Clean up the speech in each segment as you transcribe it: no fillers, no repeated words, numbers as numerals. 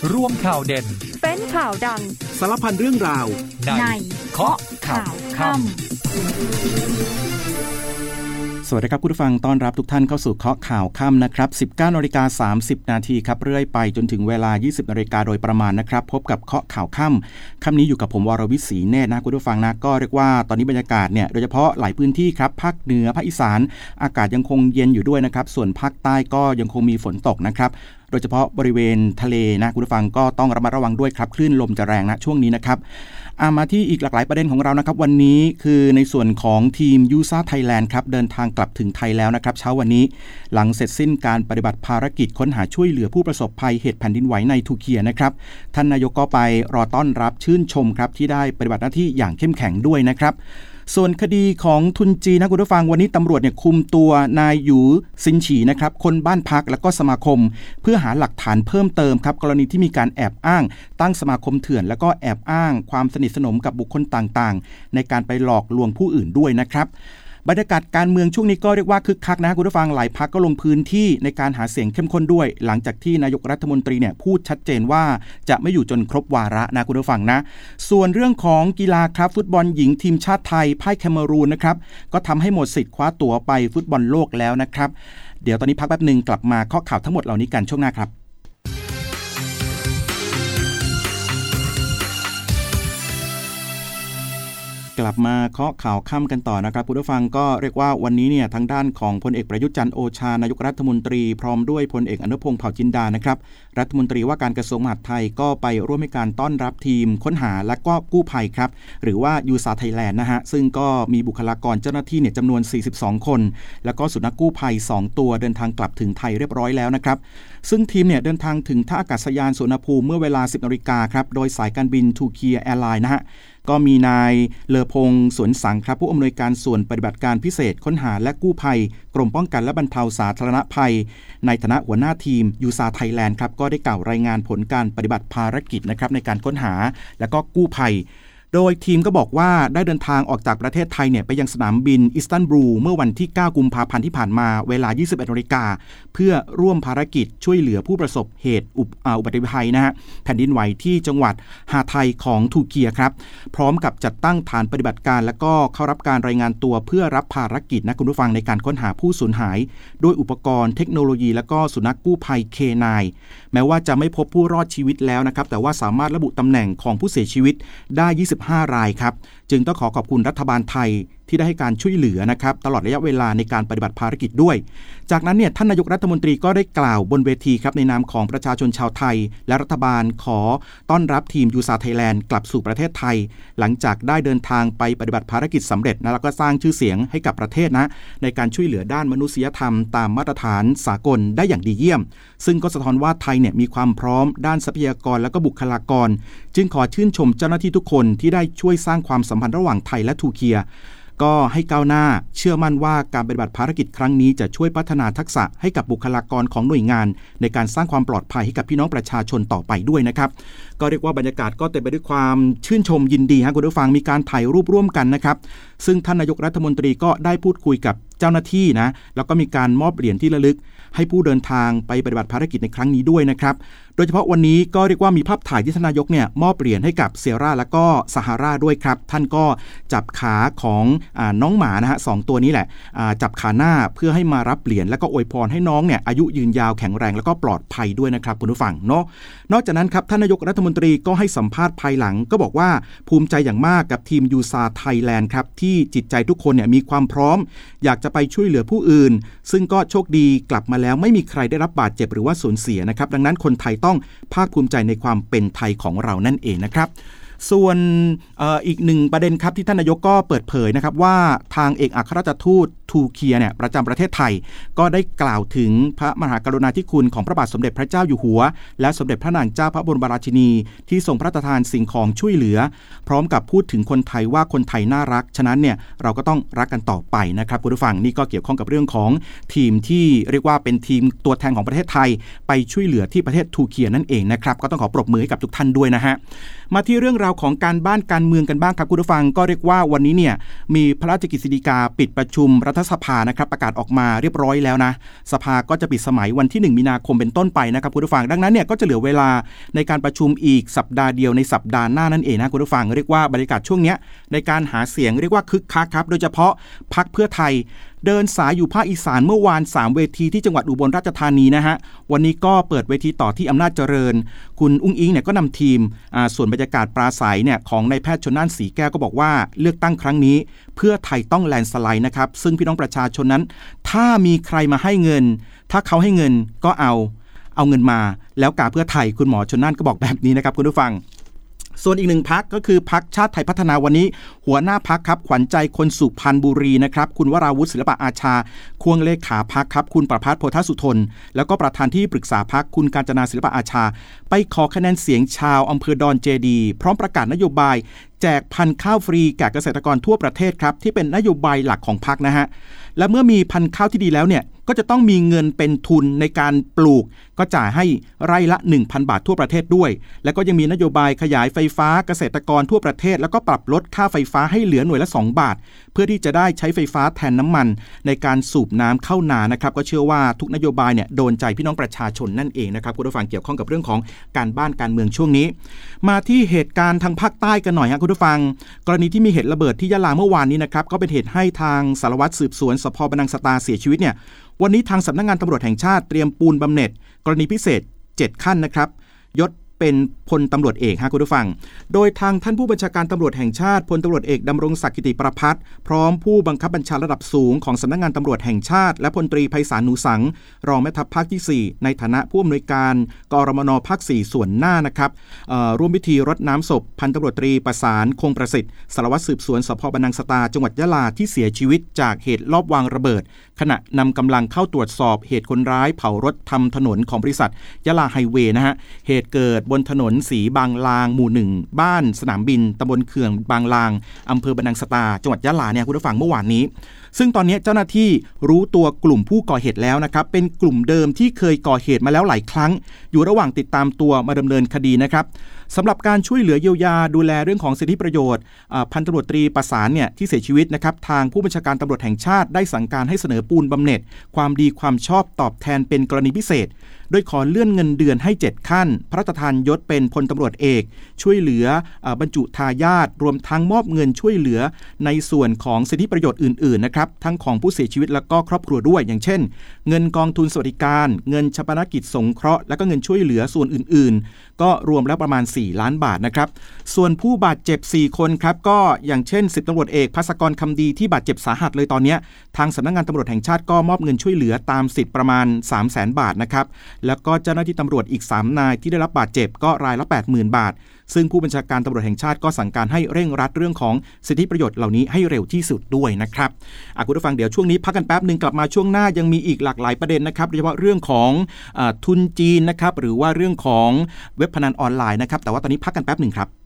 ร่วมข่าวเด่นเป็นข่าวดังสารพันเรื่องราวในเคาะข่าวค่ำสวัสดีครับคุณผู้ฟังต้อนรับทุกท่านเข้าสู่เคาะข่าวค่ำนะครับ 19:30 น.ครับเรื่อยไปจนถึงเวลา 20 น.โดยประมาณนะครับพบกับเคาะข่าวค่ำนี้อยู่กับผมวรวิทย์ศรีเนตรนะคุณผู้ฟังนะก็เรียกว่าตอนนี้บรรยากาศเนี่ยโดยเฉพาะหลายพื้นที่ครับภาคเหนือภาคอีสานอากาศยังคงเย็นอยู่ด้วยนะครับส่วนภาคใต้ก็ยังคงมีฝนตกนะครับโดยเฉพาะบริเวณทะเลนะคุณผู้ฟังก็ต้องระมัดระวังด้วยครับคลื่นลมจะแรงนะช่วงนี้นะครับมาที่อีกหลากหลายประเด็นของเรานะครับวันนี้คือในส่วนของทีมยูซ่าไทยแลนด์ครับเดินทางกลับถึงไทยแล้วนะครับเช้าวันนี้หลังเสร็จสิ้นการปฏิบัติภารกิจค้นหาช่วยเหลือผู้ประสบภัยเหตุแผ่นดินไหวในทูเกียนะครับท่านนายกก็ไปรอต้อนรับชื่นชมครับที่ได้ปฏิบัติหน้าที่อย่างเข้มแข็งด้วยนะครับส่วนคดีของทุนจีนนะคุณผู้ฟังวันนี้ตำรวจเนี่ยคุมตัวนายหยูซินฉีนะครับคนบ้านพักและก็สมาคมเพื่อหาหลักฐานเพิ่มเติมครับกรณีที่มีการแอบอ้างตั้งสมาคมเถื่อนแล้วก็แอบอ้างความสนิทสนมกับบุคคลต่างๆในการไปหลอกลวงผู้อื่นด้วยนะครับบรรยากาศการเมืองช่วงนี้ก็เรียกว่าคึกคักนะคุณผู้ฟังหลายพรรคก็ลงพื้นที่ในการหาเสียงเข้มข้นด้วยหลังจากที่นายกรัฐมนตรีเนี่ยพูดชัดเจนว่าจะไม่อยู่จนครบวาระนะคุณผู้ฟังนะส่วนเรื่องของกีฬาครับฟุตบอลหญิงทีมชาติไทยพ่ายแคเมรูนนะครับก็ทำให้หมดสิทธิ์คว้าตั๋วไปฟุตบอลโลกแล้วนะครับเดี๋ยวตอนนี้พักแป๊บนึงกลับมาข้อข่าวทั้งหมดเหล่านี้กันช่วงหน้าครับกลับมาเคาะข่าวค่ำกันต่อนะครับคุณผู้ฟังก็เรียกว่าวันนี้เนี่ยทางด้านของพลเอกประยุทธ์จันทร์โอชานายกรัฐมนตรีพร้อมด้วยพลเอกอนุพงษ์เผ่าจินดานะครับรัฐมนตรีว่าการกระทรวงมหาดไทยก็ไปร่วมให้การต้อนรับทีมค้นหาและก็กู้ภัยครับหรือว่ายูซาไทยแลนด์นะฮะซึ่งก็มีบุคลากรเจ้าหน้าที่เนี่ยจำนวน42คนแล้วก็สุนัขกู้ภัย2ตัวเดินทางกลับถึงไทยเรียบร้อยแล้วนะครับซึ่งทีมเนี่ยเดินทางถึงท่าอากาศยานสุวรรณภูมิเมื่อเวลา 10 น.ครับโดยสายการบินทูเกียแอร์ไลน์นะฮะก็มีนายเลอพงษ์สวนสังครับผู้อำนวยการส่วนปฏิบัติการพิเศษค้นหาและกู้ภัยกรมป้องกันและบรรเทาสาธารณภัยในฐานะหัวหน้าทีมยูซาไทยแลนด์ครับก็ได้กล่าวรายงานผลการปฏิบัติภารกิจนะครับในการค้นหาและก็กู้ภัยโดยทีมก็บอกว่าได้เดินทางออกจากประเทศไทยเนี่ยไปยังสนามบินอิสตันบูลเมื่อวันที่9 กุมภาพันธ์ที่ผ่านมาเวลา 21 น.เพื่อร่วมภารกิจช่วยเหลือผู้ประสบเหตุอุบัติภัยนะฮะแผ่นดินไหวที่จังหวัดฮาไทของทูเกียครับพร้อมกับจัดตั้งฐานปฏิบัติการและก็เข้ารับการรายงานตัวเพื่อรับภารกิจนะคุณผู้ฟังในการค้นหาผู้สูญหายด้วยอุปกรณ์เทคโนโลยีและก็สุนัขกู้ภัย K9 แม้ว่าจะไม่พบผู้รอดชีวิตแล้วนะครับแต่ว่าสามารถระบุตำแหน่งของผู้เสียชีวิตได้25 รายครับจึงต้องขอบคุณรัฐบาลไทยที่ได้ให้การช่วยเหลือนะครับตลอดระยะเวลาในการปฏิบัติภารกิจด้วยจากนั้นเนี่ยท่านนายกรัฐมนตรีก็ได้กล่าวบนเวทีครับในนามของประชาชนชาวไทยและรัฐบาลขอต้อนรับทีมยูซาไทยแลนด์กลับสู่ประเทศไทยหลังจากได้เดินทางไปปฏิบัติภารกิจสำเร็จนะแล้วก็สร้างชื่อเสียงให้กับประเทศนะในการช่วยเหลือด้านมนุษยธรรมตามมาตรฐานสากลได้อย่างดีเยี่ยมซึ่งก็สะท้อนว่าไทยเนี่ยมีความพร้อมด้านทรัพยากรและก็บุคลากรจึงขอชื่นชมเจ้าหน้าที่ทุกคนที่ได้ช่วยสร้างความสัมพันธ์ระหว่างไทยและทูเกียก็ให้ก้าวหน้าเชื่อมั่นว่าการปฏิบัติภารกิจครั้งนี้จะช่วยพัฒนาทักษะให้กับบุคลากรของหน่วยงานในการสร้างความปลอดภัยให้กับพี่น้องประชาชนต่อไปด้วยนะครับก็เรียกว่าบรรยากาศก็เต็มไปด้วยความชื่นชมยินดีฮะคุณผู้ฟังมีการถ่ายรูปร่วมกันนะครับซึ่งท่านนายกรัฐมนตรีก็ได้พูดคุยกับเจ้าหน้าที่นะแล้วก็มีการมอบเหรียญที่ระลึกให้ผู้เดินทางไปปฏิบัติภารกิจในครั้งนี้ด้วยนะครับโดยเฉพาะวันนี้ก็เรียกว่ามีภาพถ่ายที่ท่านนายกเนี่ยมอบเหรียญให้กับเซียร่าและก็ซาฮาราด้วยครับท่านก็จับขาของน้องหมานะฮะ2ตัวนี้แหละจับขาหน้าเพื่อให้มารับเหรียญแล้วก็อวยพรให้น้องเนี่ยอายุยืนยาวแข็งแรงแล้วก็ปลอดภัยด้วยนะครับคุณผู้ฟังเนาะนอกจากนั้นครับท่านนายกรัฐมนตรีก็ให้สัมภาษณ์ภายหลังก็บอกว่าภูมิใจอย่างมากกับทีมยูซาไทยแลนด์ครับที่จิตใจทุกคนเนี่ยมีความพร้อมอยากจะไปช่วยเหลือผู้อื่นซึ่งก็โชคดีกลับมาแล้วไม่มีใครได้รับบาดเจ็บหรือว่าสูญเสียนะครับดังนั้นคนไทยต้องภาคภูมิใจในความเป็นไทยของเรานั่นเองนะครับส่วนอีกหนึ่งประเด็นครับที่ท่านนายกก็เปิดเผยนะครับว่าทางเอกอัครราชทูตทูเกียเนี่ยประจำประเทศไทยก็ได้กล่าวถึงพระมหากรุณาธิคุณของพระบาทสมเด็จพระเจ้าอยู่หัวและสมเด็จพระนางเจ้าพระบรมราชินีที่ทรงพระราชทานสิ่งของช่วยเหลือพร้อมกับพูดถึงคนไทยว่าคนไทยน่ารักฉะนั้นเนี่ยเราก็ต้องรักกันต่อไปนะครับคุณผู้ฟังนี่ก็เกี่ยวข้องกับเรื่องของทีมที่เรียกว่าเป็นทีมตัวแทนของประเทศไทยไปช่วยเหลือที่ประเทศทูเกียนั่นเองนะครับก็ต้องขอปรบมือให้กับทุกท่านด้วยนะฮะมาที่เรื่องราวของการบ้านการเมืองกันบ้างครับคุณผู้ฟังก็เรียกว่าวันนี้เนี่ยมีพระราชกฤษฎีกาปิดประชุมรัฐสภานะครับประกาศออกมาเรียบร้อยแล้วนะสภาก็จะปิดสมัยวันที่1มีนาคมเป็นต้นไปนะครับคุณผู้ฟังดังนั้นเนี่ยก็จะเหลือเวลาในการประชุมอีกสัปดาห์เดียวในสัปดาห์หน้านั่นเองนะคุณผู้ฟังเรียกว่าบรรยากาศช่วงนี้ในการหาเสียงเรียกว่าคึกคักครับโดยเฉพาะพรรคเพื่อไทยเดินสายอยู่ภาคอีสานเมื่อวาน3เวทีที่จังหวัดอุบลราชธานีนะฮะวันนี้ก็เปิดเวทีต่อที่อำนาจเจริญคุณอุ้งอิงเนี่ยก็นำทีมส่วนบรรยากาศปราศัยเนี่ยของนายแพทย์ชลน่านสีแก้วก็บอกว่าเลือกตั้งครั้งนี้เพื่อไทยต้องแลนด์สไลด์นะครับซึ่งพี่น้องประชาชนนั้นถ้ามีใครมาให้เงินถ้าเขาให้เงินก็เอาเงินมาแล้วกาเพื่อไทยคุณหมอชลน่านก็บอกแบบนี้นะครับคุณผู้ฟังส่วนอีกหนึ่งพรรคก็คือพรรคชาติไทยพัฒนาวันนี้หัวหน้าพรรคครับขวัญใจคนสุพรรณบุรีนะครับคุณวราวุฒิศิลปะอาชาควงเลขาพรรคครับคุณประภัสโพธสุทนแล้วก็ประธานที่ปรึกษาพรรคคุณกาญจนาศิลปะอาชาไปขอคะแนนเสียงชาวอำเภอดอนเจดีพร้อมประกาศนโยบายแจกพันธุ์ข้าวฟรีแก่เกษตรกรทั่วประเทศครับที่เป็นนโยบายหลักของพรรคนะฮะและเมื่อมีพันธุ์ข้าวที่ดีแล้วเนี่ยก็จะต้องมีเงินเป็นทุนในการปลูกก็จ่ายให้ไร่ละ 1,000 บาททั่วประเทศด้วยแล้วก็ยังมีนโยบายขยายไฟฟ้าเกษตรกรทั่วประเทศแล้วก็ปรับลดค่าไฟฟ้าให้เหลือหน่วยละ2 บาทเพื่อที่จะได้ใช้ไฟฟ้าแทนน้ำมันในการสูบน้ำเข้านานะครับก็เชื่อว่าทุกนโยบายเนี่ยโดนใจพี่น้องประชาชนนั่นเองนะครับคุณผู้ฟังเกี่ยวข้องกับเรื่องของการบ้านการเมืองช่วงนี้มาที่เหตุการณ์ทางภาคใต้กันหน่อยครับคุณผู้ฟังกรณีที่มีเหตุระเบิดที่ยะลาเมื่อวานนี้นะครับก็เป็นเหตุให้ทางสารวัตรสืบสวนสภ.บันนังสตาเสียชีวิตเนี่ยวันนี้ทางสำนักงานตำรวจแห่งชาติเตรียมปูนบำเหน็จกรณีพิเศษ7ขั้นนะครับยศเป็นพลตำรวจเอกฮะคุณผู้ฟังโดยทางท่านผู้บัญชาการตำรวจแห่งชาติพลตำรวจเอกดำรงศักดิ์กิติประภัสพร้อมผู้บังคับบัญชาระดับสูงของสำนักงานตำรวจแห่งชาติและพลตรีไพศาลหนูสังรองแม่ทัพภาคที่4ในฐานะผู้อำนวยการกรมนภาค4ส่วนหน้านะครับร่วมพิธีรดน้ำศพพันตำรวจตรีประสานคงประสิทธิ์สารวัตรสืบสวนสภ.บันนังสตาจังหวัดยะลาที่เสียชีวิตจากเหตุลอบวางระเบิดขณะนำกำลังเข้าตรวจสอบเหตุคนร้ายเผารถทำถนนของบริษัทยะลาไฮเวย์นะฮะเหตุเกิดบนถนนสีบางลางหมู่1บ้านสนามบินตำบลเขื่องบางลางอำเภอบันนังสตาจังหวัดยะลาเนี่ยคุณผู้ฟังเมื่อวานนี้ซึ่งตอนนี้เจ้าหน้าที่รู้ตัวกลุ่มผู้ก่อเหตุแล้วนะครับเป็นกลุ่มเดิมที่เคยก่อเหตุมาแล้วหลายครั้งอยู่ระหว่างติดตามตัวมาดำเนินคดีนะครับสำหรับการช่วยเหลือเยียวยาดูแลเรื่องของสิทธิประโยชน์พันตำรวจตรีประสานเนี่ยที่เสียชีวิตนะครับทางผู้บัญชาการตำรวจแห่งชาติได้สั่งการให้เสนอปูนบำเหน็จความดีความชอบตอบแทนเป็นกรณีพิเศษโดยขอเลื่อนเงินเดือนให้7ขั้นพระราชทานยศเป็นพลตำรวจเอกช่วยเหลือบรรจุทายาทรวมทั้งมอบเงินช่วยเหลือในส่วนของสิทธิประโยชน์อื่นๆนะครับทั้งของผู้เสียชีวิตและก็ครอบครัวด้วยอย่างเช่นเงินกองทุนสวัสดิการเงินชาปนกิจสงเคราะห์และก็เงินช่วยเหลือส่วนอื่นๆก็รวมแล้วประมาณ4 ล้านบาทนะครับส่วนผู้บาดเจ็บ4คนครับก็อย่างเช่น10ตำรวจเอกภัสกรคำดีที่บาดเจ็บสาหัสเลยตอนนี้ทางสำนักงานตำรวจแห่งชาติก็มอบเงินช่วยเหลือตามสิทธิ์ประมาณ 300,000 บาทนะครับแล้วก็เจ้าหน้าที่ตำรวจอีก3นายที่ได้รับบาดเจ็บก็รายละ 80,000 บาทซึ่งผู้บัญชาการตำรวจแห่งชาติก็สั่งการให้เร่งรัดเรื่องของสิทธิประโยชน์เหล่านี้ให้เร็วที่สุดด้วยนะครับคุณผู้ฟังเดี๋ยวช่วงนี้พักกันแป๊บนึงกลับมาช่วงหน้ายังมีอีกหลากหลายประเด็นนะครับโดยเฉพาะเรื่องของทุนจีนนะครับหรือว่าเรื่องของเว็บพนันออนไลน์นะครับแต่ว่าตอนนี้พักกันแป๊บนึงครับ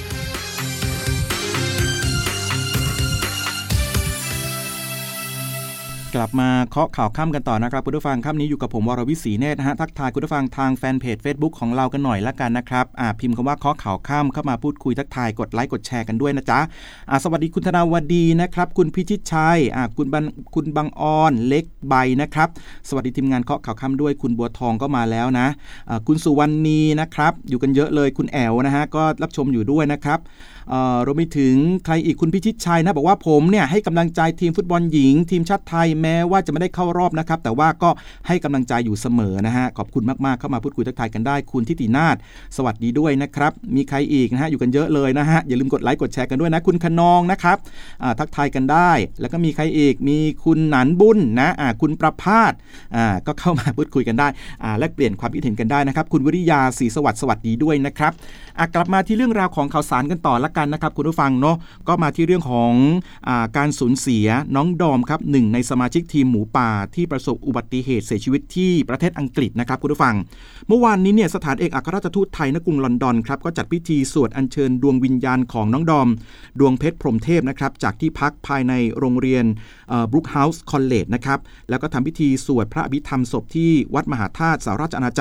กลับมาเคาะข่าวค่ำกันต่อนะครับคุณผู้ฟังค่ำนี้อยู่กับผมวรวิศรีเนตรนะฮะทักทายคุณผู้ฟังทางแฟนเพจ Facebook ของเรากันหน่อยละกันนะครับพิมพ์คำว่าเคาะข่าวค่ำเข้ามาพูดคุยทักทายกดไลค์กดแชร์กันด้วยนะจ๊ะสวัสดีคุณธนาวดีนะครับคุณพิชิตชัยคุณบังออนเล็กใบนะครับสวัสดีทีมงานเคาะข่าวค่ำด้วยคุณบัวทองก็มาแล้วนะคุณสุวรรณีนะครับอยู่กันเยอะเลยคุณแอวนะฮะก็รับชมอยู่ด้วยนะครับรวมไปถึงใครอีกคุณพิชิตชัยนะบอกว่าผมเนี่ยให้กำลังใจทีมฟุตบอลหญิงทีมชาติไทยแม้ว่าจะไม่ได้เข้ารอบนะครับแต่ว่าก็ให้กำลังใจอยู่เสมอนะฮะขอบคุณมากๆเข้ามาพูดคุยทักทายกันได้คุณทิตินาถสวัสดีด้วยนะครับมีใครอีกนะฮะอยู่กันเยอะเลยนะฮะอย่าลืมกดไลค์กดแชร์กันด้วยนะคุณขนองนะครับทักทายกันได้แล้วก็มีใครอีกมีคุณหนานบุญนะคุณประภาสก็เข้ามาพูดคุยกันได้แลกเปลี่ยนความคิดเห็นกันได้นะครับคุณวิริยาศรีสวัสดีด้วยนะครับกลับมาที่เรื่องราวของข่าวสารกันต่อละกันนะครับคุณผู้ฟังเนาะก็มาที่เรื่องของการสูญเสียน้องดอมครับหนึ่งในสมาชิกทีมหมูป่าที่ประสบอุบัติเหตุเสียชีวิตที่ประเทศอังกฤษนะครับคุณผู้ฟังเมื่อวานนี้เนี่ยสถานเอกอัครราชทูตไทยณกรุงลอนดอนครับก็จัดพิธีสวดอัญเชิญดวงวิญญาณของน้องดอมดวงเพชรพรหมเทพนะครับจากที่พักภายในโรงเรียนบรูคเฮาส์คอลเลจนะครับแล้วก็ทำพิธีสวดพระอภิธรรมศพที่วัดมหาธาตุสหราชอาณาจักรคิ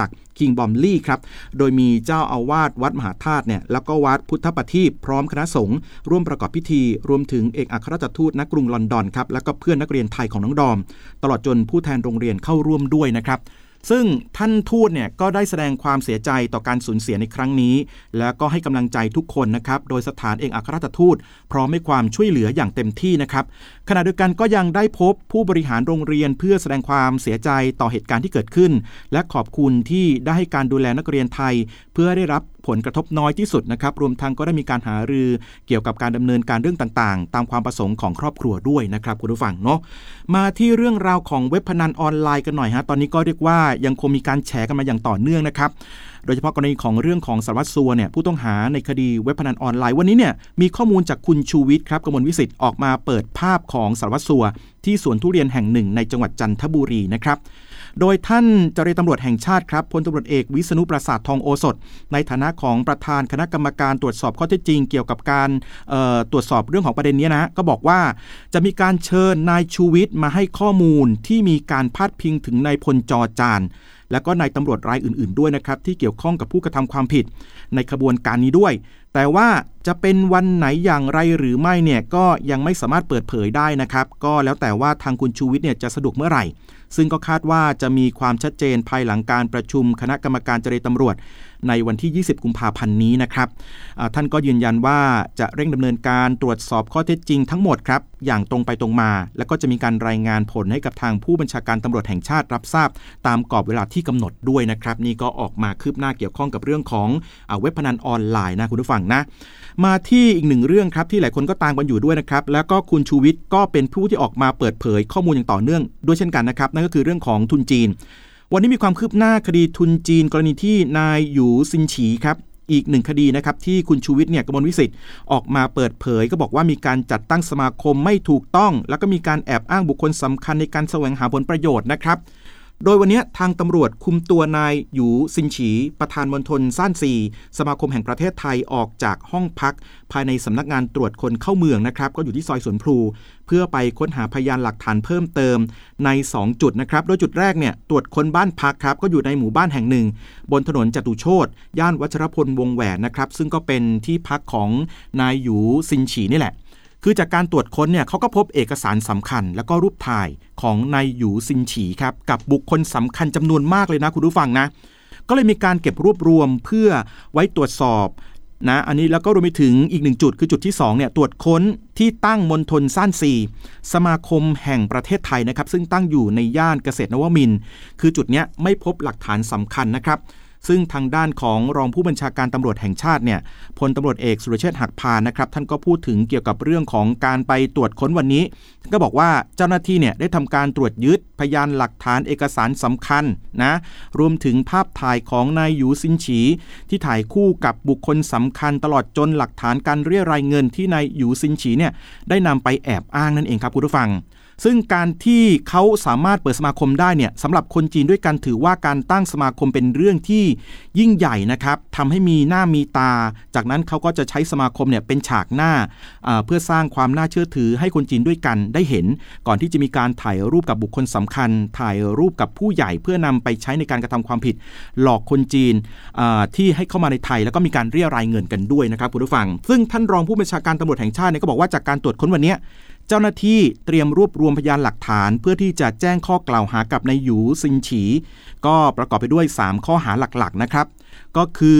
คิงบอมลี่ครับโดยมีเจ้าอาวาสวัดมหาธาตุเนี่ยแล้วก็วัดพุทธประทีปพร้อมคณะสงฆ์ร่วมประกอบพิธีรวมถึงเอกอัครราชทูตณกรุงลอนดอนครับแล้วก็เพื่อนนักเรียนไทยของน้องดอมตลอดจนผู้แทนโรงเรียนเข้าร่วมด้วยนะครับซึ่งท่านทูตเนี่ยก็ได้แสดงความเสียใจต่อการสูญเสียในครั้งนี้แล้วก็ให้กำลังใจทุกคนนะครับโดยสถานเอกอัครราชทูตพร้อมให้ความช่วยเหลืออย่างเต็มที่นะครับขณะเดียวกันก็ยังได้พบผู้บริหารโรงเรียนเพื่อแสดงความเสียใจต่อเหตุการณ์ที่เกิดขึ้นและขอบคุณที่ได้ให้การดูแลนักเรียนไทยเพื่อได้รับผลกระทบน้อยที่สุดนะครับรวมทั้งก็ได้มีการหารือเกี่ยวกับการดำเนินการเรื่องต่างๆตามความประสงค์ของครอบครัวด้วยนะครับคุณผู้ฟังเนาะมาที่เรื่องราวของเว็บพนันออนไลน์กันหน่อยฮะตอนนี้ก็เรียกว่ายังคงมีการแฉกันมาอย่างต่อเนื่องนะครับโดยเฉพาะกรณีของเรื่องของสารวัตรสัวเนี่ยผู้ต้องหาในคดีเว็บพนันออนไลน์วันนี้เนี่ยมีข้อมูลจากคุณชูวิทย์ครับกมลวิสิทธิ์ออกมาเปิดภาพของสารวัตรสัวที่สวนทุเรียนแห่งหนึ่งในจังหวัดจันทบุรีนะครับโดยท่านเจรตำรวจแห่งชาติครับพลตำรวจเอกวิษณุปราสาททองโอสถในฐานะของประธานคณะกรรมการตรวจสอบข้อเท็จจริงเกี่ยวกับการตรวจสอบเรื่องของประเด็นนี้นะก็บอกว่าจะมีการเชิญนายชูวิทย์มาให้ข้อมูลที่มีการพาดพิงถึงนายพลจอจานและก็นายตำรวจรายอื่นๆด้วยนะครับที่เกี่ยวข้องกับผู้กระทำความผิดในขบวนการนี้ด้วยแต่ว่าจะเป็นวันไหนอย่างไรหรือไม่เนี่ยก็ยังไม่สามารถเปิดเผยได้นะครับก็แล้วแต่ว่าทางคุณชูวิทย์เนี่ยจะสะดวกเมื่อไหร่ซึ่งก็คาดว่าจะมีความชัดเจนภายหลังการประชุมคณะกรรมการเจรตำรวจในวันที่20กุมภาพันธ์นี้นะครับท่านก็ยืนยันว่าจะเร่งดำเนินการตรวจสอบข้อเท็จจริงทั้งหมดครับอย่างตรงไปตรงมาแล้วก็จะมีการรายงานผลให้กับทางผู้บัญชาการตำรวจแห่งชาติรับทราบตามกรอบเวลาที่กำหนดด้วยนะครับนี่ก็ออกมาคืบหน้าเกี่ยวข้องกับเรื่องของเว็บพนันออนไลน์นะคุณผู้ฟังนะมาที่อีกหนึ่งเรื่องครับที่หลายคนก็ตามกันอยู่ด้วยนะครับแล้วก็คุณชูวิทย์ก็เป็นผู้ที่ออกมาเปิดเผยข้อมูลอย่างต่อเนื่องด้วยเช่นกันนะครับนั่นก็คือเรื่องของทุนจีนวันนี้มีความคืบหน้าคดีทุนจีนกรณีที่นายหยูซินฉีครับอีกหนึ่งคดีนะครับที่คุณชูวิทย์เนี่ยกมลวิสิทธิ์ออกมาเปิดเผยก็บอกว่ามีการจัดตั้งสมาคมไม่ถูกต้องแล้วก็มีการแอบอ้างบุคคลสำคัญในการแสวงหาผลประโยชน์นะครับโดยวันนี้ทางตำรวจคุมตัวนายหยูซินฉีประธานมณฑลซ่านซีสมาคมแห่งประเทศไทยออกจากห้องพักภายในสำนักงานตรวจคนเข้าเมืองนะครับก็อยู่ที่ซอยสวนพลูเพื่อไปค้นหาพยานหลักฐานเพิ่มเติมใน2จุดนะครับโดยจุดแรกเนี่ยตรวจค้นบ้านพักครับก็อยู่ในหมู่บ้านแห่งหนึ่งบนถนนจตุโชติย่านวัชรพลวงแหวนนะครับซึ่งก็เป็นที่พักของนายหยูซินฉีนี่แหละคือจากการตรวจค้นเนี่ยเขาก็พบเอกสารสำคัญแล้วก็รูปถ่ายของนายหยูซินฉีครับกับบุคคลสำคัญจำนวนมากเลยนะคุณผู้ฟังนะก็เลยมีการเก็บรวบรวมเพื่อไว้ตรวจสอบนะอันนี้แล้วก็รวมไปถึงอีก1จุดคือจุดที่2เนี่ยตรวจค้นที่ตั้งมณฑลซ่านซีสมาคมแห่งประเทศไทยนะครับซึ่งตั้งอยู่ในย่านเกษตรนวมินทร์คือจุดเนี้ยไม่พบหลักฐานสำคัญนะครับซึ่งทางด้านของรองผู้บัญชาการตำรวจแห่งชาติเนี่ยพลตำรวจเอกสุรเชษฐ์หักพานนะครับท่านก็พูดถึงเกี่ยวกับเรื่องของการไปตรวจค้นวันนี้ก็บอกว่าเจ้าหน้าที่เนี่ยได้ทำการตรวจยึดพยานหลักฐานเอกสารสำคัญนะรวมถึงภาพถ่ายของนายหยูซินฉีที่ถ่ายคู่กับบุคคลสำคัญตลอดจนหลักฐานการเรียรายเงินที่นายหยูซินฉีเนี่ยได้นำไปแอบอ้างนั่นเองครับคุณผู้ฟังซึ่งการที่เขาสามารถเปิดสมาคมได้เนี่ยสำหรับคนจีนด้วยกันถือว่าการตั้งสมาคมเป็นเรื่องที่ยิ่งใหญ่นะครับทำให้มีหน้ามีตาจากนั้นเขาก็จะใช้สมาคมเนี่ยเป็นฉากหน้าเพื่อสร้างความน่าเชื่อถือให้คนจีนด้วยกันได้เห็นก่อนที่จะมีการถ่ายรูปกับบุคคลสำคัญถ่ายรูปกับผู้ใหญ่เพื่อนำไปใช้ในการกระทำความผิดหลอกคนจีนที่ให้เข้ามาในไทยแล้วก็มีการเรียรายเงินกันด้วยนะครับคุณผู้ฟังซึ่งท่านรองผู้บัญชาการตำรวจแห่งชาติเนี่ยก็บอกว่าจากการตรวจค้นวันนี้เจ้าหน้าที่เตรียมรวบรวมพยานหลักฐานเพื่อที่จะแจ้งข้อกล่าวหากับนายหยูซินฉีก็ประกอบไปด้วย3ข้อหาหลักๆนะครับก็คือ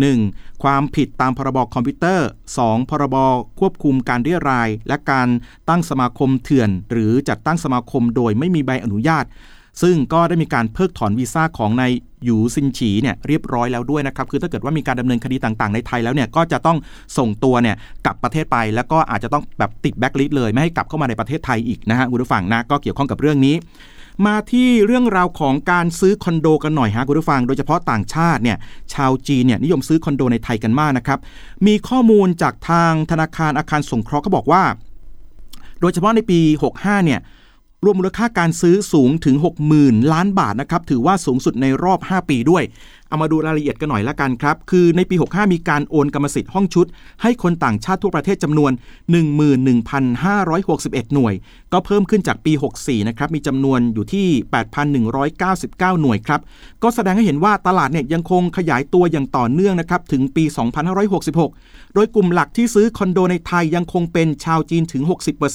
1. ความผิดตามพรบคอมพิวเตอร์ 2. พรบควบคุมการเรียรายและการตั้งสมาคมเถื่อนหรือจัดตั้งสมาคมโดยไม่มีใบอนุญาตซึ่งก็ได้มีการเพิกถอนวีซ่าของนายหยูซินฉีเนี่ยเรียบร้อยแล้วด้วยนะครับคือถ้าเกิดว่ามีการดำเนินคดีต่างๆในไทยแล้วเนี่ยก็จะต้องส่งตัวเนี่ยกลับประเทศไปแล้วก็อาจจะต้องแบบติดแบ็คลิสต์เลยไม่ให้กลับเข้ามาในประเทศไทยอีกนะฮะคุณผู้ฟังนะก็เกี่ยวข้องกับเรื่องนี้มาที่เรื่องราวของการซื้อคอนโดกันหน่อยฮะคุณผู้ฟังโดยเฉพาะต่างชาติเนี่ยชาวจีนเนี่ยนิยมซื้อคอนโดในไทยกันมากนะครับมีข้อมูลจากทางธนาคารอาคารสงเคราะห์เขาบอกว่าโดยเฉพาะในปี65เนี่ยรวมมูลค่าการซื้อสูงถึง 60,000 ล้านบาทนะครับถือว่าสูงสุดในรอบ5ปีด้วยเอามาดูรายละเอียดกันหน่อยละกันครับคือในปี65มีการโอนกรรมสิทธิ์ห้องชุดให้คนต่างชาติทั่วประเทศจำนวน 11,561 หน่วยก็เพิ่มขึ้นจากปี64นะครับมีจำนวนอยู่ที่ 8,199 หน่วยครับก็แสดงให้เห็นว่าตลาดเนี่ยยังคงขยายตัวอย่างต่อเนื่องนะครับถึงปี 2566 โดยกลุ่มหลักที่ซื้อคอนโดในไทยยังคงเป็นชาวจีนถึง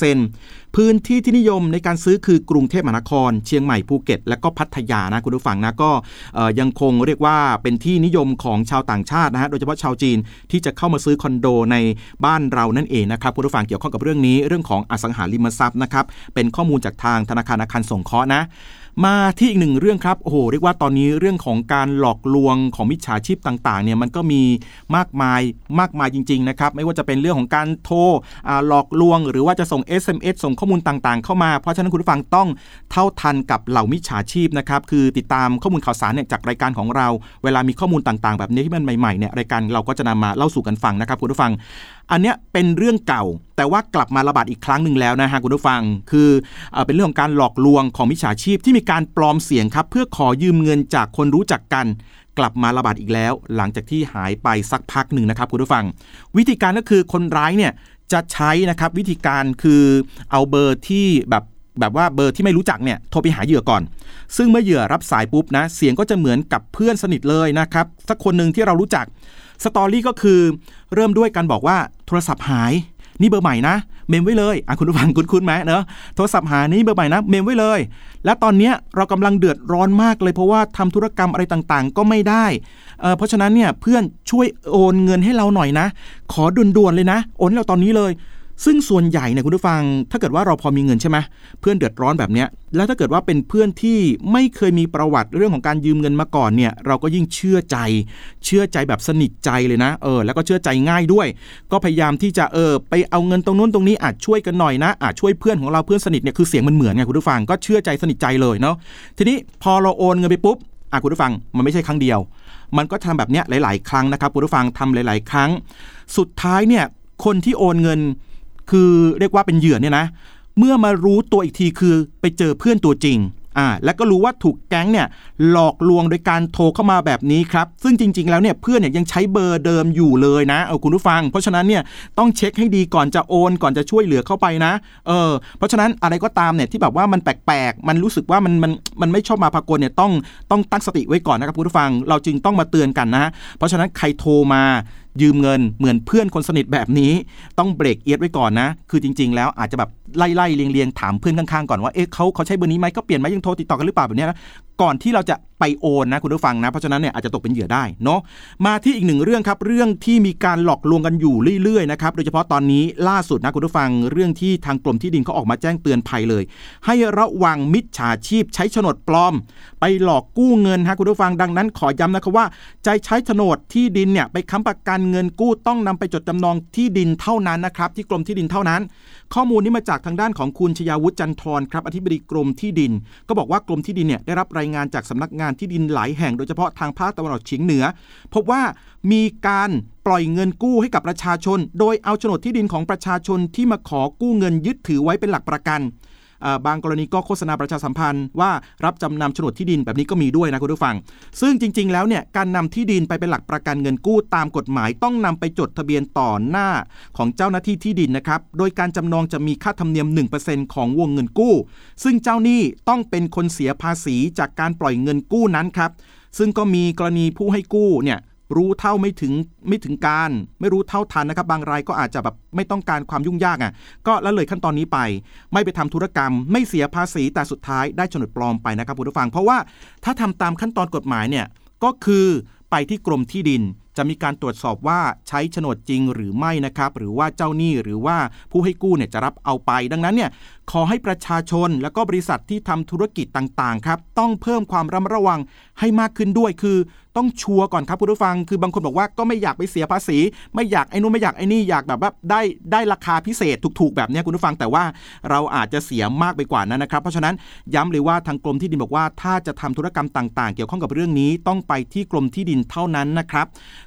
60%พื้นที่ที่นิยมในการซื้อคือกรุงเทพมหานครเชียงใหม่ภูเก็ตและก็พัทยานะคุณผู้ฟังนะก็ยังคงเรียกว่าเป็นที่นิยมของชาวต่างชาตินะฮะโดยเฉพาะชาวจีนที่จะเข้ามาซื้อคอนโดในบ้านเรานั่นเองนะครับคุณผู้ฟังเกี่ยวข้องกับเรื่องนี้เรื่องของอสังหาริมทรัพย์นะครับเป็นข้อมูลจากทางธนาคารอาคารสงเคราะห์นะมาที่อีกหนึ่งเรื่องครับโอ้โหเรียกว่าตอนนี้เรื่องของการหลอกลวงของมิจฉาชีพต่างๆเนี่ยมันก็มีมากมายจริงๆนะครับไม่ว่าจะเป็นเรื่องของการโทรหลอกลวงหรือว่าจะส่ง SMS ส่งข้อมูลต่างๆเข้ามาเพราะฉะนั้นคุณผู้ฟังต้องเท่าทันกับเหล่ามิจฉาชีพนะครับคือติดตามข้อมูลข่าวสารเนี่ยจากรายการของเราเวลามีข้อมูลต่างๆแบบนี้ที่มันใหม่ๆเนี่ยรายการเราก็จะนำมาเล่าสู่กันฟังนะครับคุณผู้ฟังอันเนี้ยเป็นเรื่องเก่าแต่ว่ากลับมาระบาดอีกครั้งหนึ่งแล้วนะฮะคุณผู้ฟังคือเป็นเรื่องของการหลอกลวงของมิจฉาชีพที่มีการปลอมเสียงครับเพื่อขอยืมเงินจากคนรู้จักกันกลับมาระบาดอีกแล้วหลังจากที่หายไปสักพักหนึ่งนะครับคุณผู้ฟังวิธีการก็คือคนร้ายเนี่ยจะใช้นะครับวิธีการคือเอาเบอร์ที่แบบว่าเบอร์ที่ไม่รู้จักเนี่ยโทรไปหาเหยื่อก่อนซึ่งเมื่อเหยื่อรับสายปุ๊บนะเสียงก็จะเหมือนกับเพื่อนสนิทเลยนะครับสักคนนึงที่เรารู้จักสตอรี่ก็คือเริ่มด้วยการบอกว่าโทรศัพท์หายนี่เบอร์ใหม่นะเมมไว้เลยคุณผู้ฟังคุ้นๆไหมเนอะโทรศัพท์หายนี่เบอร์ใหม่นะเมมไว้เลยและตอนนี้เรากำลังเดือดร้อนมากเลยเพราะว่าทำธุรกรรมอะไรต่างๆก็ไม่ได้เพราะฉะนั้นเนี่ยเพื่อนช่วยโอนเงินให้เราหน่อยนะขอด่วนๆเลยนะโอนให้เราตอนนี้เลยซึ่งส่วนใหญ่เนี่ยคุณผู้ฟังถ้าเกิดว่าเราพอมีเงินใช่ไหมเพื่อนเดือดร้อนแบบเนี้ยแล้วถ้าเกิดว่าเป็นเพื่อนที่ไม่เคยมีประวัติเรื่องของการยืมเงินมาก่อนเนี่ยเราก็ยิ่งเชื่อใจแบบสนิทใจเลยนะแล้วก็เชื่อใจง่ายด้วยก็พยายามที่จะไปเอาเงินตรงนู้นตรงนี้อาจช่วยกันหน่อยนะอาจช่วยเพื่อนของเราเพื่อนสนิทเนี่ยคือเสียงมันเหมือนไงคุณผู้ฟังก็เชื่อใจสนิทใจเลยเนาะทีนี้พอเราโอนเงินไปปุ๊บคุณผู้ฟังมันไม่ใช่ครั้งเดียวมันก็ทำแบบเนี้ยหลายๆครั้งนะครับคุณผู้ฟังทำหลายๆครั้งสุดท้ายเนี่ยคนที่โอนเงินคือเรียกว่าเป็นเหยื่อเนี่ยนะเมื่อมารู้ตัวอีกทีคือไปเจอเพื่อนตัวจริงแล้วก็รู้ว่าถูกแก๊งเนี่ยหลอกลวงโดยการโทรเข้ามาแบบนี้ครับซึ่งจริงๆแล้วเนี่ยเพื่อนเนี่ยยังใช้เบอร์เดิมอยู่เลยนะคุณผู้ฟังเพราะฉะนั้นเนี่ยต้องเช็คให้ดีก่อนจะโอนก่อนจะช่วยเหลือเข้าไปนะเพราะฉะนั้นอะไรก็ตามเนี่ยที่แบบว่ามันแปลกๆมันรู้สึกว่ามันไม่ชอบมาพากลเนี่ยต้องตั้งสติไว้ก่อนนะครับคุณผู้ฟังเราจึงต้องมาเตือนกันนะเพราะฉะนั้นใครโทรมายืมเงินเหมือนเพื่อนคนสนิทแบบนี้ต้องเบรกเอียดไว้ก่อนนะคือจริงๆแล้วอาจจะแบบไล่เรียงถามเพื่อนข้างๆก่อนว่าเขาใช้เบอร์นี้ไหมก็เปลี่ยนไหมยังโทรติดต่อกันหรือเปล่าแบบนี้นะก่อนที่เราจะไปโอนนะคุณผู้ฟังนะเพราะฉะนั้นเนี่ยอาจจะตกเป็นเหยื่อได้เนาะมาที่อีกหนึ่งเรื่องครับเรื่องที่มีการหลอกลวงกันอยู่เรื่อยๆนะครับโดยเฉพาะตอนนี้ล่าสุดนะคุณผู้ฟังเรื่องที่ทางกรมที่ดินเขาออกมาแจ้งเตือนภัยเลยให้ระวังมิจฉาชีพใช้โฉนดปลอมไปหลอกกู้เงินคุณผู้ฟังดังนั้นขอย้ำนะครับว่าใจใช้โฉนดที่ดินเนี่ยไปค้ำประกันเงินกู้ต้องนำไปจดจำนองที่ดินเท่านั้นนะครับที่กรมที่ดินเท่านั้นข้อมูลนี้มาจากทางด้านของคุณชยาวุฒิจันทรครับอธิบดีกรมที่ดินก็บอกว่ากรมที่ดินเนี่ยได้รับรายงานจากสำนักงานที่ดินหลายแห่งโดยเฉพาะทางภาคตะวันออกเฉียงเหนือพบว่ามีการปล่อยเงินกู้ให้กับประชาชนโดยเอาโฉนดที่ดินของประชาชนที่มาขอกู้เงินยึดถือไว้เป็นหลักประกันบางกรณีก็โฆษณาประชาสัมพันธ์ว่ารับจำนำโฉนดที่ดินแบบนี้ก็มีด้วยนะคุณผู้ฟังซึ่งจริงๆแล้วเนี่ยการนำที่ดินไปเป็นหลักประกันเงินกู้ตามกฎหมายต้องนำไปจดทะเบียนต่อหน้าของเจ้าหน้าที่ที่ดินนะครับโดยการจำนองจะมีค่าธรรมเนียม 1% ของวงเงินกู้ซึ่งเจ้าหนี้ต้องเป็นคนเสียภาษีจากการปล่อยเงินกู้นั้นครับซึ่งก็มีกรณีผู้ให้กู้เนี่ยรู้เท่าไม่ถึงการไม่รู้เท่าทันนะครับบางรายก็อาจจะแบบไม่ต้องการความยุ่งยากก็ละเลยขั้นตอนนี้ไปไม่ไปทำธุรกรรมไม่เสียภาษีแต่สุดท้ายได้โฉนดปลอมไปนะครับคุณผู้ฟังเพราะว่าถ้าทำตามขั้นตอนกฎหมายเนี่ยก็คือไปที่กรมที่ดินจะมีการตรวจสอบว่าใช้โฉนดจริงหรือไม่นะครับหรือว่าเจ้าหนี้หรือว่าผู้ให้กู้เนี่ยจะรับเอาไปดังนั้นเนี่ยขอให้ประชาชนและก็บริษัทที่ทำธุรกิจต่างๆครับต้องเพิ่มความระมัดระวังให้มากขึ้นด้วยคือต้องชัวร์ก่อนครับคุณผู้ฟังคือบางคนบอกว่าก็ไม่อยากไปเสียภาษีไม่อยากไอ้นู่นไม่อยากไอ้นี่อยากแบบว่าได้ราคาพิเศษถูกๆแบบนี้คุณผู้ฟังแต่ว่าเราอาจจะเสียมากไปกว่านั้นนะครับเพราะฉะนั้นย้ำเลยว่าทางกรมที่ดินบอกว่าถ้าจะทำธุรกรรมต่างๆเกี่ยวข้องกับเรื่องนี้ต้องไปที่กรมที่ดินเท่านั้นนะครับ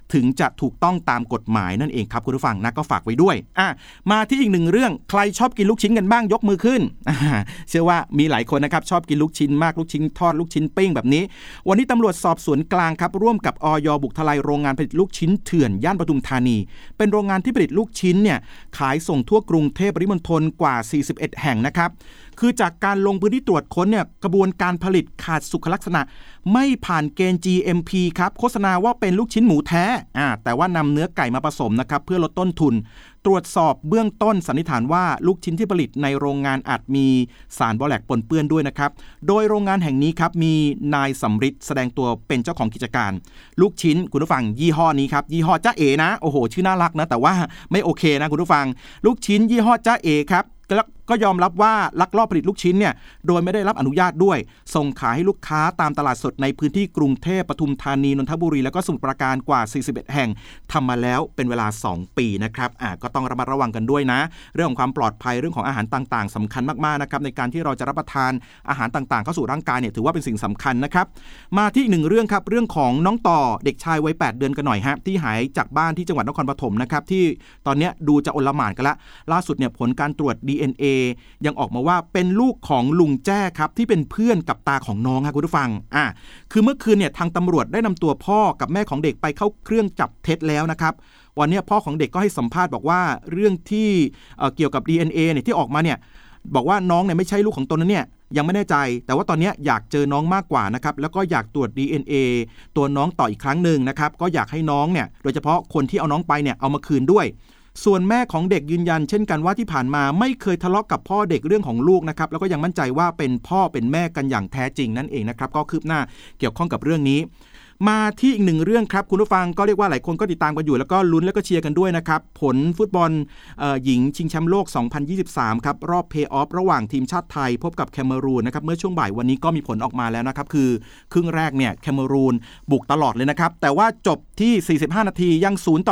ถึงจะถูกต้องตามกฎหมายนั่นเองครับคุณผู้ฟังนะก็ฝากไว้ด้วยมาที่อีกหนึ่งเรื่องใครชอบกินลูกชิ้นกันบ้างยกมือขึ้นเชื่อว่ามีหลายคนนะครับชอบกินลูกชิ้นมากลูกชิ้นทอดลูกชิ้นปิ้งแบบนี้วันนี้ตำรวจสอบสวนกลางครับร่วมกับอย.บุกทลายโรงงานผลิตลูกชิ้นเถื่อนย่านปทุมธานีเป็นโรงงานที่ผลิตลูกชิ้นเนี่ยขายส่งทั่วกรุงเทพปริมณฑลกว่า41แห่งนะครับคือจากการลงพื้นที่ตรวจค้นเนี่ยกระบวนการผลิตขาดสุขลักษณะไม่ผ่านเกณฑ์ GMP ครับโฆษณาว่าเป็นลูกชิ้นหมูแท้แต่ว่านำเนื้อไก่มาผสมนะครับเพื่อลดต้นทุนตรวจสอบเบื้องต้นสันนิษฐานว่าลูกชิ้นที่ผลิตในโรงงานอาจมีสารบอแลกปนเปื้อนด้วยนะครับโดยโรงงานแห่งนี้ครับมีนายสำริดแสดงตัวเป็นเจ้าของกิจการลูกชิ้นคุณผู้ฟังยี่ห้อนี้ครับยี่ห้อจ้าเอ๋นะโอ้โหชื่อน่ารักนะแต่ว่าไม่โอเคนะคุณผู้ฟังลูกชิ้นยี่ห้อจ้าเอ๋ครับก็ยอมรับว่าลักลอบผลิตลูกชิ้นเนี่ยโดยไม่ได้รับอนุญาตด้วยส่งขายให้ลูกค้าตามตลาดสดในพื้นที่กรุงเทพปทุมธานีนนทบุรีแล้วก็สมุทรปราการกว่า41แห่งทำมาแล้วเป็นเวลา2ปีนะครับก็ต้องระมัดระวังกันด้วยนะเรื่องของความปลอดภัยเรื่องของอาหารต่างๆสำคัญมากๆนะครับในการที่เราจะรับประทานอาหารต่างๆเข้าสู่ร่างกายเนี่ยถือว่าเป็นสิ่งสำคัญนะครับมาที่อีกหนึ่งเรื่องครับเรื่องของน้องต่อเด็กชายวัย8เดือนกันหน่อยฮะที่หายจากบ้านที่จังหวัดนครปฐมนะครับที่ตอนนี้ดูจะอลหม่านกันละล่าสุดเนี่ยผลการตรวจ DNA ยังออกมาว่าเป็นลูกของลุงแจ้ครับที่เป็นเพื่อนกับตาของน้องครับคุณผู้ฟังคือเมื่อคืนเนี่ยทางตำรวจได้นำตัวพ่อกับแม่ของเด็กไปเข้าเครื่องจับเท็จแล้วนะครับวันนี้พ่อของเด็กก็ให้สัมภาษณ์บอกว่าเรื่องที่เกี่ยวกับ DNA เนี่ยที่ออกมาเนี่ยบอกว่าน้องเนี่ยไม่ใช่ลูกของตนนั้นเนี่ยยังไม่แน่ใจแต่ว่าตอนนี้อยากเจอน้องมากกว่านะครับแล้วก็อยากตรวจ DNA ตัวน้องต่ออีกครั้งหนึ่งนะครับก็อยากให้น้องเนี่ยโดยเฉพาะคนที่เอาน้องไปเนี่ยเอามาคืนด้วยส่วนแม่ของเด็กยืนยันเช่นกันว่าที่ผ่านมาไม่เคยทะเลาะกับพ่อเด็กเรื่องของลูกนะครับแล้วก็ยังมั่นใจว่าเป็นพ่อเป็นแม่กันอย่างแท้จริงนั่นเองนะครับก็คืบหน้าเกี่ยวข้องกับเรื่องนี้มาที่อีกหนึ่งเรื่องครับคุณผู้ฟังก็เรียกว่าหลายคนก็ติดตามกันอยู่แล้วก็ลุ้นแล้วก็เชียร์กันด้วยนะครับผลฟุตบอลหญิงชิงแชมป์โลก 2023 ครับรอบเพลย์ออฟระหว่างทีมชาติไทยพบกับแคเมรูนนะครับเมื่อช่วงบ่ายวันนี้ก็มีผลออกมาแล้วนะครับคือครึ่งแรกเนี่ยแคเมรูนบุกตลอดเลยนะครับแต่ว่าจบที่45นาทียัง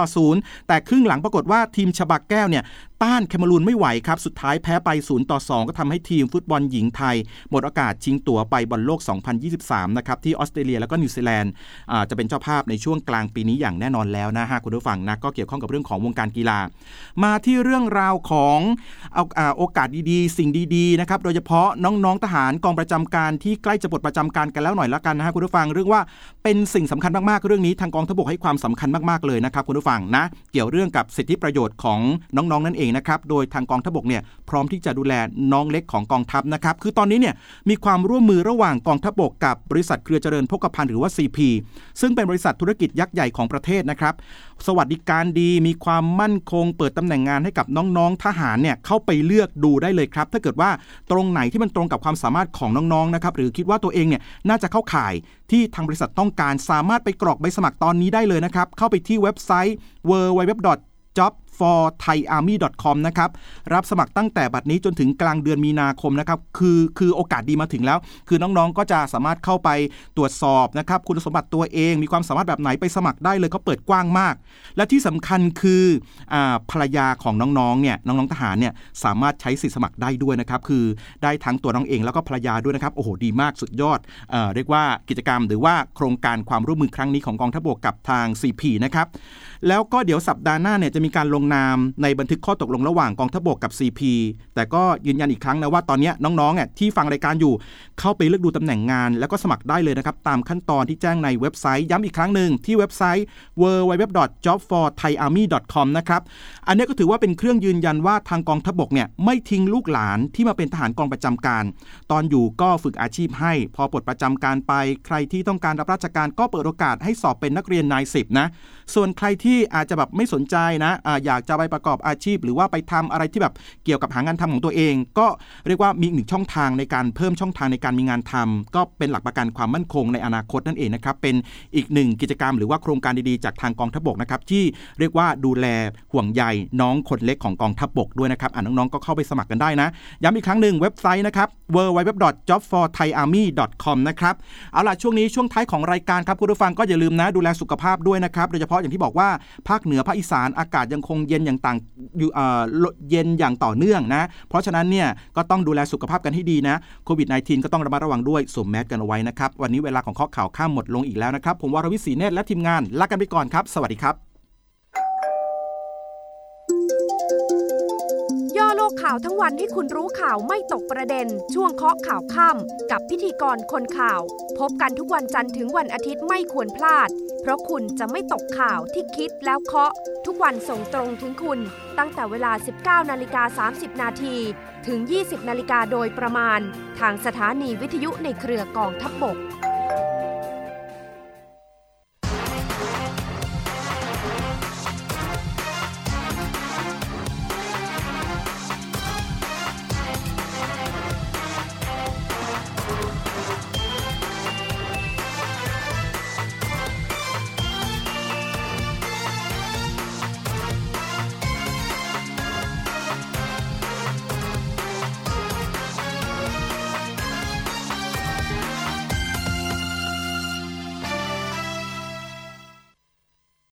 0-0แต่ครึ่งหลังปรากฏว่าทีมฉบักแก้วเนี่ยต้านแคเมรูนไม่ไหวครับสุดท้ายแพ้ไป0-2ก็ทำให้ทีมฟุตบอลหญิงไทยหมดโอกาสชิงตั๋วไปบอลโลก 2023 นะครับที่ออสเตรเลียแล้วก็นิวซีแลนด์จะเป็นเจ้าภาพในช่วงกลางปีนี้อย่างแน่นอนแล้วนะฮะคุณผู้ฟังนะก็เกี่ยวข้องกับเรื่องของวงการกีฬามาที่เรื่องราวของโอกาสดีๆสิ่งดีๆนะครับโดยเฉพาะน้องๆทหารกองประจำการที่ใกล้จะปลดประจำการกันแล้วหน่อยละกันนะฮะคุณผู้ฟังเรื่องว่าเป็นสิ่งสำคัญมากๆเรื่องนี้ทางกองทัพบกให้ความสำคัญมากๆเลยนะครับคุณผู้ฟังนะเกี่ยวเรื่องกับสิทธิประโยชน์ของน้องๆนั่นเองนะครับโดยทางกองทัพบกเนี่ยพร้อมที่จะดูแลน้องเล็กของกองทัพนะครับคือตอนนี้เนี่ยมีความร่วมมือระหว่างกองทัพบกกับบริษัทเครือเจริญโภคภัณฑ์หรือว่า CP ซึ่งเป็นบริษัทธุรกิจยักษ์ใหญ่ของประเทศนะครับสวัสดิการดีมีความมั่นคงเปิดตำแหน่งงานให้กับน้องๆทหารเนี่ยเข้าไปเลือกดูได้เลยครับถ้าเกิดว่าตรงไหนที่มันตรงกับความสามารถของน้องๆนะครับหรือคิดว่าตัวเองเนี่ยน่าจะเข้าข่ายที่ทางบริษัทต้องการสามารถไปกรอกใบสมัครตอนนี้ได้เลยนะครับเข้าไปที่เว็บไซต์ www.jobforthaiarmy.com นะครับรับสมัครตั้งแต่บัดนี้จนถึงกลางเดือนมีนาคมนะครับคือโอกาสดีมาถึงแล้วคือน้องๆก็จะสามารถเข้าไปตรวจสอบนะครับคุณสมบัติตัวเองมีความสามารถแบบไหนไปสมัครได้เลยเขาเปิดกว้างมากและที่สำคัญคือภรรยาของน้องๆเนี่ยน้องๆทหารเนี่ยสามารถใช้สิทธิสมัครได้ด้วยนะครับคือได้ทั้งตัวน้องเองแล้วก็ภรรยาด้วยนะครับโอ้โหดีมากสุดยอดเรียกว่ากิจกรรมหรือว่าโครงการความร่วมมือครั้งนี้ของกองทัพบกกับทาง CP นะครับแล้วก็เดี๋ยวสัปดาห์หน้าเนี่ยจะมีการลงนามในบันทึกข้อตกลงระหว่างกองทัพบกกับ CP แต่ก็ยืนยันอีกครั้งนะว่าตอนนี้น้องๆที่ฟังรายการอยู่เข้าไปเลือกดูตำแหน่งงานแล้วก็สมัครได้เลยนะครับตามขั้นตอนที่แจ้งในเว็บไซต์ย้ำอีกครั้งหนึ่งที่เว็บไซต์ www.jobforthaiarmy.com นะครับอันนี้ก็ถือว่าเป็นเครื่องยืนยันว่าทางกองทัพบกเนี่ยไม่ทิ้งลูกหลานที่มาเป็นทหารกองประจำการตอนอยู่ก็ฝึกอาชีพให้พอปลดประจำการไปใครที่ต้องการรับราชการก็เปิดโอกาสให้สอบเป็นนักเรียนนาย10นะส่วนใครที่อาจจะแบบไม่สนใจนะอยากจะไปประกอบอาชีพหรือว่าไปทำอะไรที่แบบเกี่ยวกับหางานทำของตัวเองก็เรียกว่ามีหนึ่งช่องทางในการเพิ่มช่องทางในการมีงานทำก็เป็นหลักประกันความมั่นคงในอนาคตนั่นเองนะครับเป็นอีกหนึ่งกิจกรรมหรือว่าโครงการดีๆจากทางกองทัพบกนะครับที่เรียกว่าดูแลห่วงใยน้องคนเล็กของกองทัพบกด้วยนะครับน้องๆก็เข้าไปสมัครกันได้นะย้ำอีกครั้งหนึ่งเว็บไซต์นะครับ www.jobforthaiarmy.com นะครับเอาล่ะช่วงนี้ช่วงท้ายของรายการครับคุณผู้ฟังก็อย่าลืมนะดูแลสุขภาพด้วยนะครับโดยเฉพาะอย่างที่บอกว่าภาคเหนือภาคอีสานอากาศยังคงงเย็นอย่างต่างอยู่เย็นอย่างต่อเนื่องนะเพราะฉะนั้นเนี่ยก็ต้องดูแลสุขภาพกันให้ดีนะโควิด -19 ก็ต้องระมัดระวังด้วยสวมแมสกันเอาไว้นะครับวันนี้เวลาของข้อข่าวข้ามหมดลงอีกแล้วนะครับผมวรวิศรีเนตรและทีมงานลากันไปก่อนครับสวัสดีครับย่อโลกข่าวทั้งวันให้คุณรู้ข่าวไม่ตกประเด็นช่วงเคาะข่าวค่ำกับพิธีกรคนข่าวพบกันทุกวันจันทร์ถึงวันอาทิตย์ไม่ควรพลาดเพราะคุณจะไม่ตกข่าวที่คิดแล้วเคาะทุกวันส่งตรงถึงคุณตั้งแต่เวลา 19:30 น.ถึง 20 นาฬิกาโดยประมาณทางสถานีวิทยุในเครือกองทัพบก